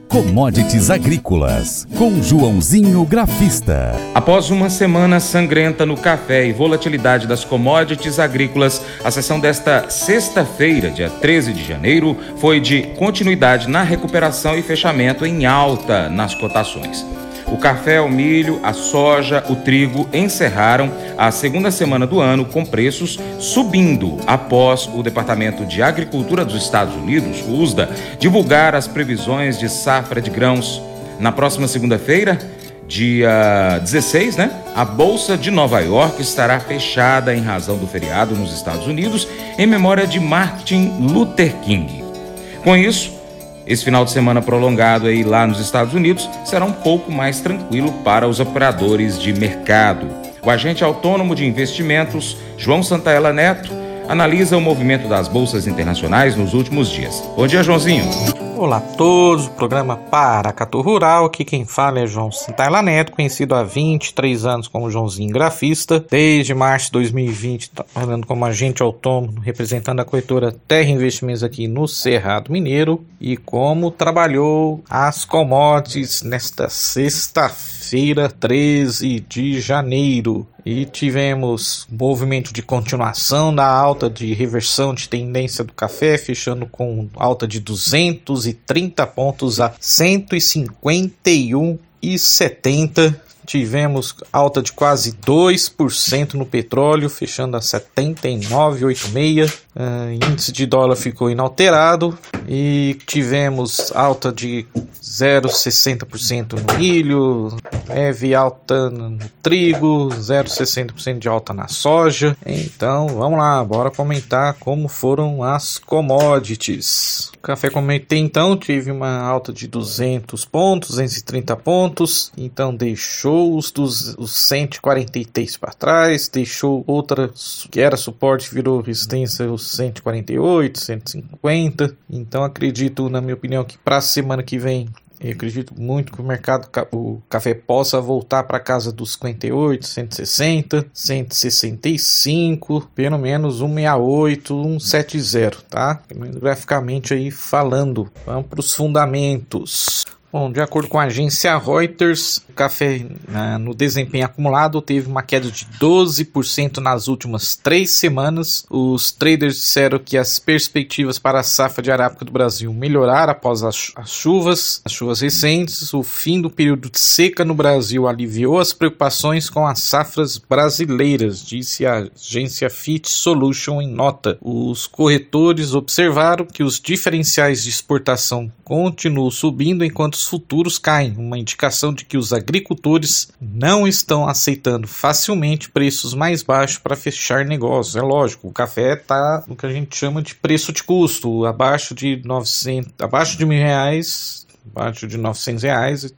Commodities Agrícolas, com Joãozinho Grafista. Após uma semana sangrenta no café e volatilidade das commodities agrícolas, a sessão desta sexta-feira, dia 13 de janeiro, foi de continuidade na recuperação e fechamento em alta nas cotações. O café, o milho, a soja, o trigo encerraram a segunda semana do ano com preços subindo após o Departamento de Agricultura dos Estados Unidos, o USDA, divulgar as previsões de safra de grãos. Na próxima segunda-feira, dia 16, a Bolsa de Nova York estará fechada em razão do feriado nos Estados Unidos em memória de Martin Luther King. Com isso, esse final de semana prolongado aí lá nos Estados Unidos será um pouco mais tranquilo para os operadores de mercado. O agente autônomo de investimentos, João Santaella Neto, analisa o movimento das bolsas internacionais nos últimos dias. Bom dia, Joãozinho. Olá a todos, o programa Paracatu Rural, aqui quem fala é João Santaella Neto, conhecido há 23 anos como Joãozinho Grafista, desde março de 2020 trabalhando como agente autônomo, representando a corretora Terra Investimentos aqui no Cerrado Mineiro, e como trabalhou as commodities nesta sexta-feira, 13 de janeiro. E tivemos movimento de continuação da alta de reversão de tendência do café, fechando com alta de 230 pontos a 151,70. Tivemos alta de quase 2% no petróleo, fechando a 79,86. Índice de dólar ficou inalterado e tivemos alta de 0,60% no milho, leve alta no trigo, 0,60% de alta na soja. Então vamos lá, bora comentar como foram as commodities. O café, como comentei, então teve uma alta de 200 pontos, 230 pontos, então deixou os 143 para trás, deixou outra que era suporte, virou resistência, os 148, 150. Então acredito, na minha opinião, que para a semana que vem, eu acredito muito que o café possa voltar para casa dos 58, 160, 165, pelo menos 168, 170, tá? Graficamente aí falando. Vamos para os fundamentos. Bom, de acordo com a agência Reuters, o café no desempenho acumulado teve uma queda de 12% nas últimas 3 semanas. Os traders disseram que as perspectivas para a safra de arábica do Brasil melhoraram após as chuvas recentes. O fim do período de seca no Brasil aliviou as preocupações com as safras brasileiras, disse a agência Fitch Solution em nota. Os corretores observaram que os diferenciais de exportação continuam subindo enquanto os futuros caem, uma indicação de que os agricultores não estão aceitando facilmente preços mais baixos para fechar negócios. É lógico, o café está no que a gente chama de preço de custo, abaixo de R$1.000, abaixo de R$1.000, abaixo de R$900,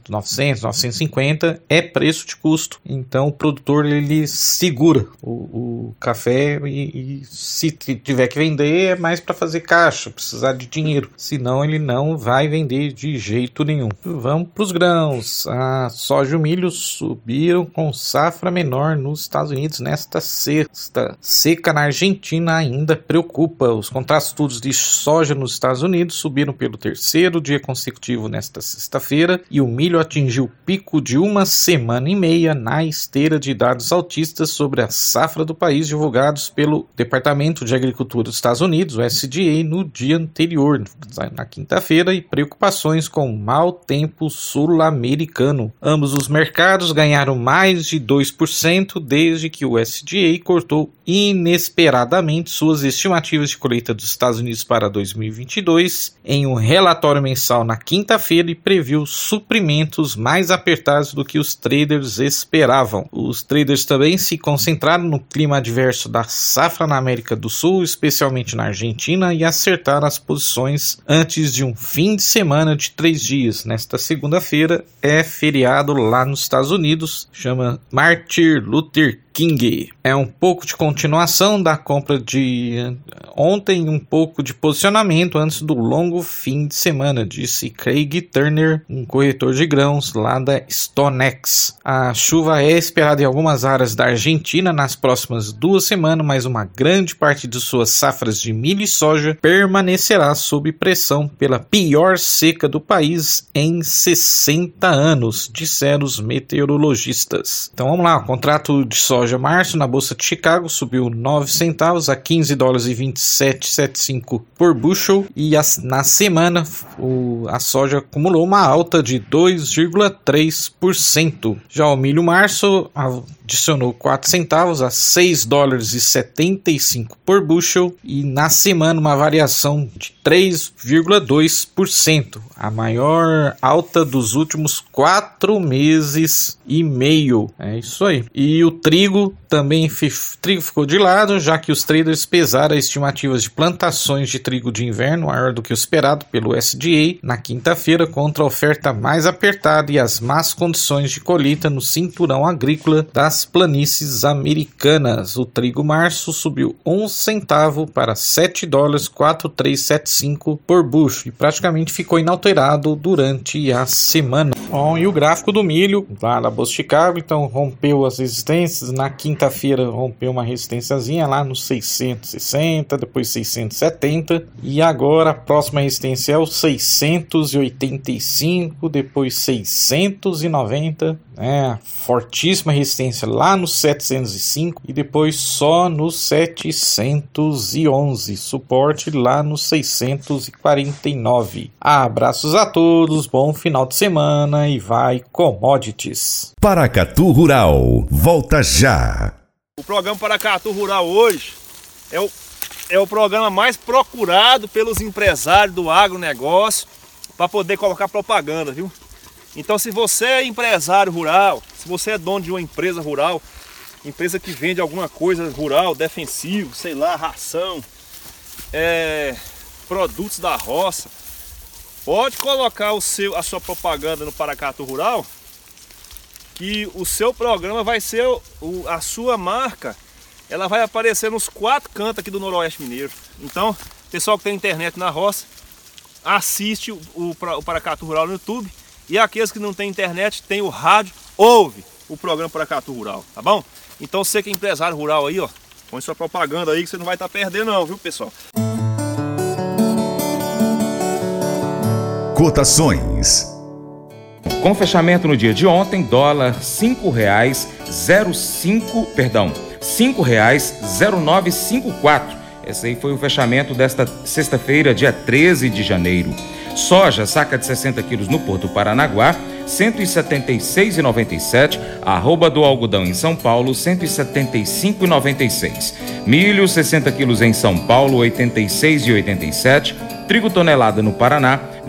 950 é preço de custo. Então o produtor ele segura o café e se tiver que vender é mais para fazer caixa, precisar de dinheiro, senão ele não vai vender de jeito nenhum. Vamos para os grãos. A soja e o milho subiram com safra menor nos Estados Unidos nesta sexta. Seca na Argentina ainda preocupa. Os contratos futuros de soja nos Estados Unidos subiram pelo terceiro dia consecutivo nesta sexta-feira e o milho atingiu o pico de uma semana e meia na esteira de dados altistas sobre a safra do país divulgados pelo Departamento de Agricultura dos Estados Unidos, o USDA, no dia anterior, na quinta-feira, e preocupações com o mau tempo sul-americano. Ambos os mercados ganharam mais de 2% desde que o USDA cortou inesperadamente suas estimativas de colheita dos Estados Unidos para 2022 em um relatório mensal na quinta-feira e previu suprimentos mais apertados do que os traders esperavam. Os traders também se concentraram no clima adverso da safra na América do Sul, especialmente na Argentina, e acertaram as posições antes de um fim de semana de 3 dias. Nesta segunda-feira é feriado lá nos Estados Unidos, chama Martin Luther King. É um pouco de continuação da compra de ontem, um pouco de posicionamento antes do longo fim de semana, disse Craig Turner, um corretor de grãos lá da StoneX. A chuva é esperada em algumas áreas da Argentina nas próximas 2 semanas, mas uma grande parte de suas safras de milho e soja permanecerá sob pressão pela pior seca do país em 60 anos, disseram os meteorologistas. Então vamos lá, o contrato de soja março na Bolsa de Chicago subiu 9 centavos a $15,2775 por bushel e na semana a soja acumulou uma alta de 2,3%. Já o milho março adicionou 4 centavos a $6,75 por bushel e na semana uma variação de 3,2%, a maior alta dos últimos 4 meses e meio. É isso aí. E o trigo também ficou de lado, já que os traders pesaram as estimativas de plantações de trigo de inverno maior do que o esperado pelo USDA na quinta-feira, contra a oferta mais apertada e as más condições de colheita no cinturão agrícola das planícies americanas. O trigo março subiu 1 centavo para $7,4375 por bushel e praticamente ficou inalterado durante a semana. Bom, e o gráfico do milho lá na Bolsa de Chicago, então rompeu as resistências. Na quinta-feira rompeu uma resistênciazinha lá nos 660, depois 670 e agora a próxima resistência é o 685, depois 690, fortíssima resistência lá nos 705 e depois só nos 711, suporte lá nos 649. Abraços a todos, bom final de semana e vai Commodities. Paracatu Rural, volta já. O programa Paracatu Rural hoje é o programa mais procurado pelos empresários do agronegócio para poder colocar propaganda, viu? Então, se você é empresário rural, se você é dono de uma empresa rural, empresa que vende alguma coisa rural, defensivo, sei lá, ração, produtos da roça, pode colocar a sua propaganda no Paracatu Rural, que o seu programa vai ser a sua marca. Ela vai aparecer nos 4 cantos aqui do Noroeste Mineiro. Então, pessoal que tem internet na roça, assiste o Paracatu Rural no YouTube. E aqueles que não tem internet, tem o rádio, ouve o programa Paracatu Rural, tá bom? Então você que é empresário rural aí, ó, põe sua propaganda aí que você não vai estar perdendo não, viu, pessoal? Cotações. Com fechamento no dia de ontem, dólar R$5,0954. Esse aí foi o fechamento desta sexta-feira, dia 13 de janeiro. Soja, saca de 60 quilos no Porto Paranaguá, R$ 176,97. Arroba do algodão em São Paulo, R$ 175,96. Milho, 60 quilos em São Paulo, R$ 86,87. Trigo tonelada no Paraná, R$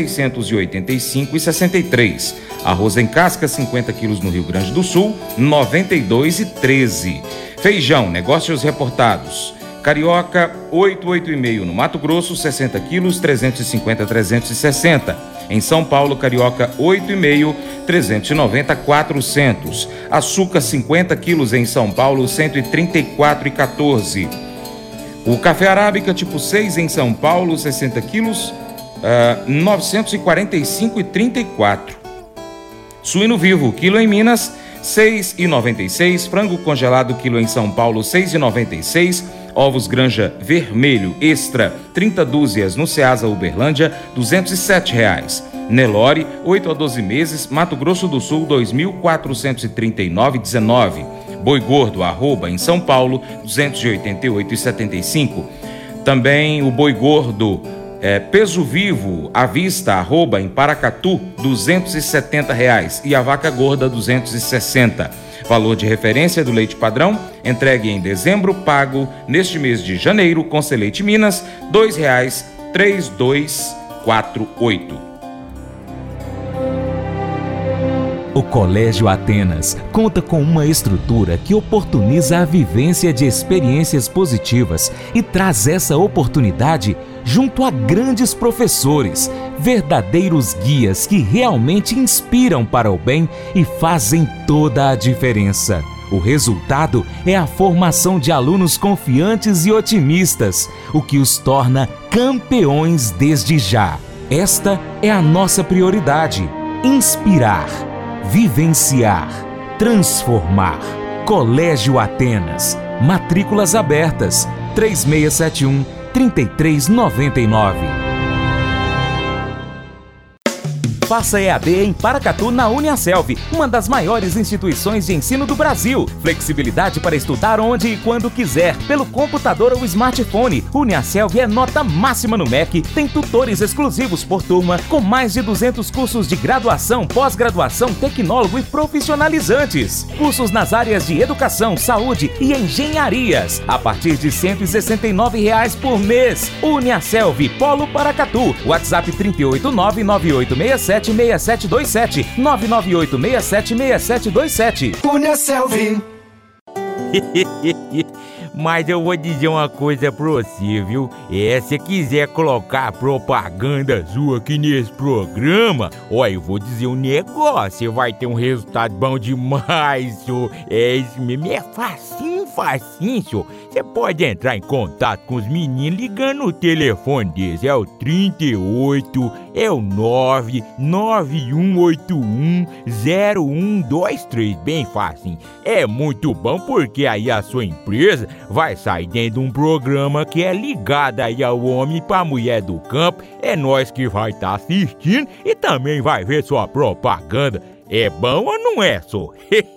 1.685,63. Arroz em casca, 50 quilos no Rio Grande do Sul, R$ 92,13. Feijão, negócios reportados. Carioca, 8,5 no Mato Grosso, 60 quilos, 350-360. Em São Paulo, Carioca, 8,5, 390-400. Açúcar, 50 quilos em São Paulo, 134,14. O café arábica tipo 6 em São Paulo, 60 quilos, 945,34. Suíno vivo, quilo em Minas, 6,96. Frango congelado, quilo em São Paulo, 6,96. Ovos Granja Vermelho Extra, 30 dúzias no Ceasa Uberlândia, R$ 207,00. Nelore, 8 a 12 meses, Mato Grosso do Sul, R$ 2.439,19. Boi gordo, arroba, em São Paulo, R$ 288,75. Também o boi gordo peso vivo, à vista, arroba, em Paracatu, R$ 270,00. E a vaca gorda, R$ 260,00. Valor de referência do leite padrão, entregue em dezembro, pago neste mês de janeiro, com Seleite Minas, R$ 2,3248. O Colégio Atenas conta com uma estrutura que oportuniza a vivência de experiências positivas e traz essa oportunidade junto a grandes professores, verdadeiros guias que realmente inspiram para o bem e fazem toda a diferença. O resultado é a formação de alunos confiantes e otimistas, o que os torna campeões desde já. Esta é a nossa prioridade: inspirar, vivenciar, transformar. Colégio Atenas. Matrículas abertas. 3671-3399. Faça EAD em Paracatu na Uniaselv, uma das maiores instituições de ensino do Brasil. Flexibilidade para estudar onde e quando quiser, pelo computador ou smartphone. Uniaselv é nota máxima no MEC, tem tutores exclusivos por turma, com mais de 200 cursos de graduação, pós-graduação, tecnólogo e profissionalizantes. Cursos nas áreas de educação, saúde e engenharias, a partir de R$ 169 por mês. Uniaselv, Polo Paracatu. WhatsApp 3899867 6727 998676727. Uniaselv. Mas eu vou dizer uma coisa pra você, viu? Se quiser colocar propaganda sua aqui nesse programa, eu vou dizer um negócio, você vai ter um resultado bom demais, senhor. Isso mesmo, é facinho, senhor. Você pode entrar em contato com os meninos ligando o telefone deles, é o 38, é o 991810123, bem facinho. É muito bom porque aí a sua empresa vai sair dentro de um programa que é ligado aí ao homem pra mulher do campo. É nós que vai estar assistindo e também vai ver sua propaganda. É bom ou não é, só?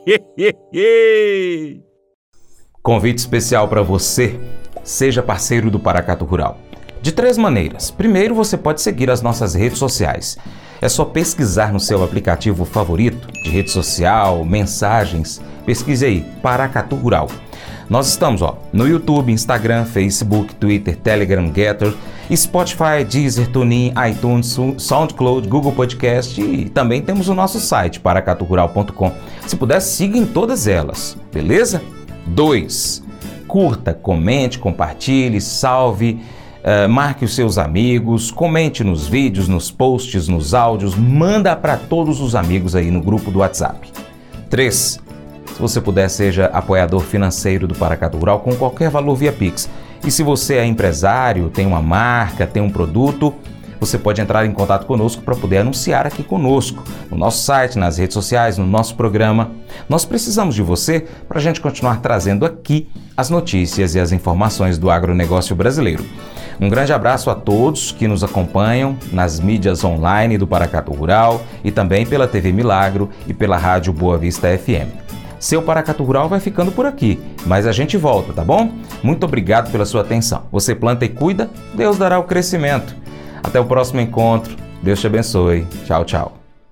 Convite especial para você. Seja parceiro do Paracatu Rural. De 3 maneiras. Primeiro, você pode seguir as nossas redes sociais. É só pesquisar no seu aplicativo favorito de rede social, mensagens. Pesquise aí, Paracatu Rural. Nós estamos no YouTube, Instagram, Facebook, Twitter, Telegram, Getter, Spotify, Deezer, TuneIn, iTunes, SoundCloud, Google Podcast e também temos o nosso site, paracaturural.com. Se puder, siga em todas elas, beleza? 2. Curta, comente, compartilhe, salve, marque os seus amigos, comente nos vídeos, nos posts, nos áudios, manda para todos os amigos aí no grupo do WhatsApp. 3. Se você puder, seja apoiador financeiro do Paracatu Rural com qualquer valor via Pix. E se você é empresário, tem uma marca, tem um produto, você pode entrar em contato conosco para poder anunciar aqui conosco, no nosso site, nas redes sociais, no nosso programa. Nós precisamos de você para a gente continuar trazendo aqui as notícias e as informações do agronegócio brasileiro. Um grande abraço a todos que nos acompanham nas mídias online do Paracatu Rural e também pela TV Milagro e pela Rádio Boa Vista FM. Seu Paracatu Rural vai ficando por aqui, mas a gente volta, tá bom? Muito obrigado pela sua atenção. Você planta e cuida, Deus dará o crescimento. Até o próximo encontro. Deus te abençoe. Tchau, tchau.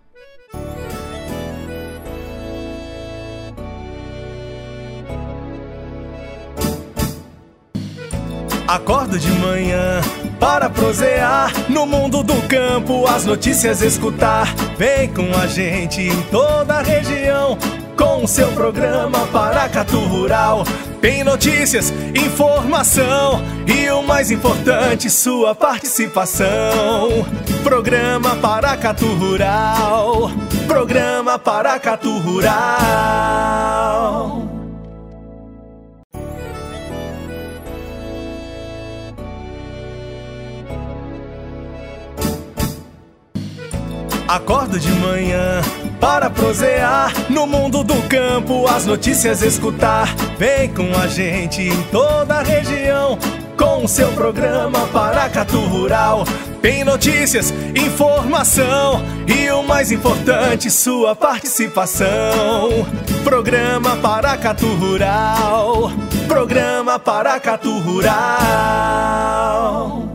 Acordo de manhã para prosear no mundo do campo, as notícias escutar. Vem com a gente em toda a região com o seu programa Paracatu Rural. Tem notícias, informação e o mais importante, sua participação. Programa Paracatu Rural. Programa Paracatu Rural. Acordo de manhã para prosear no mundo do campo, as notícias escutar. Vem com a gente em toda a região com o seu programa Paracatu Rural. Tem notícias, informação e o mais importante, sua participação. Programa Paracatu Rural. Programa Paracatu Rural.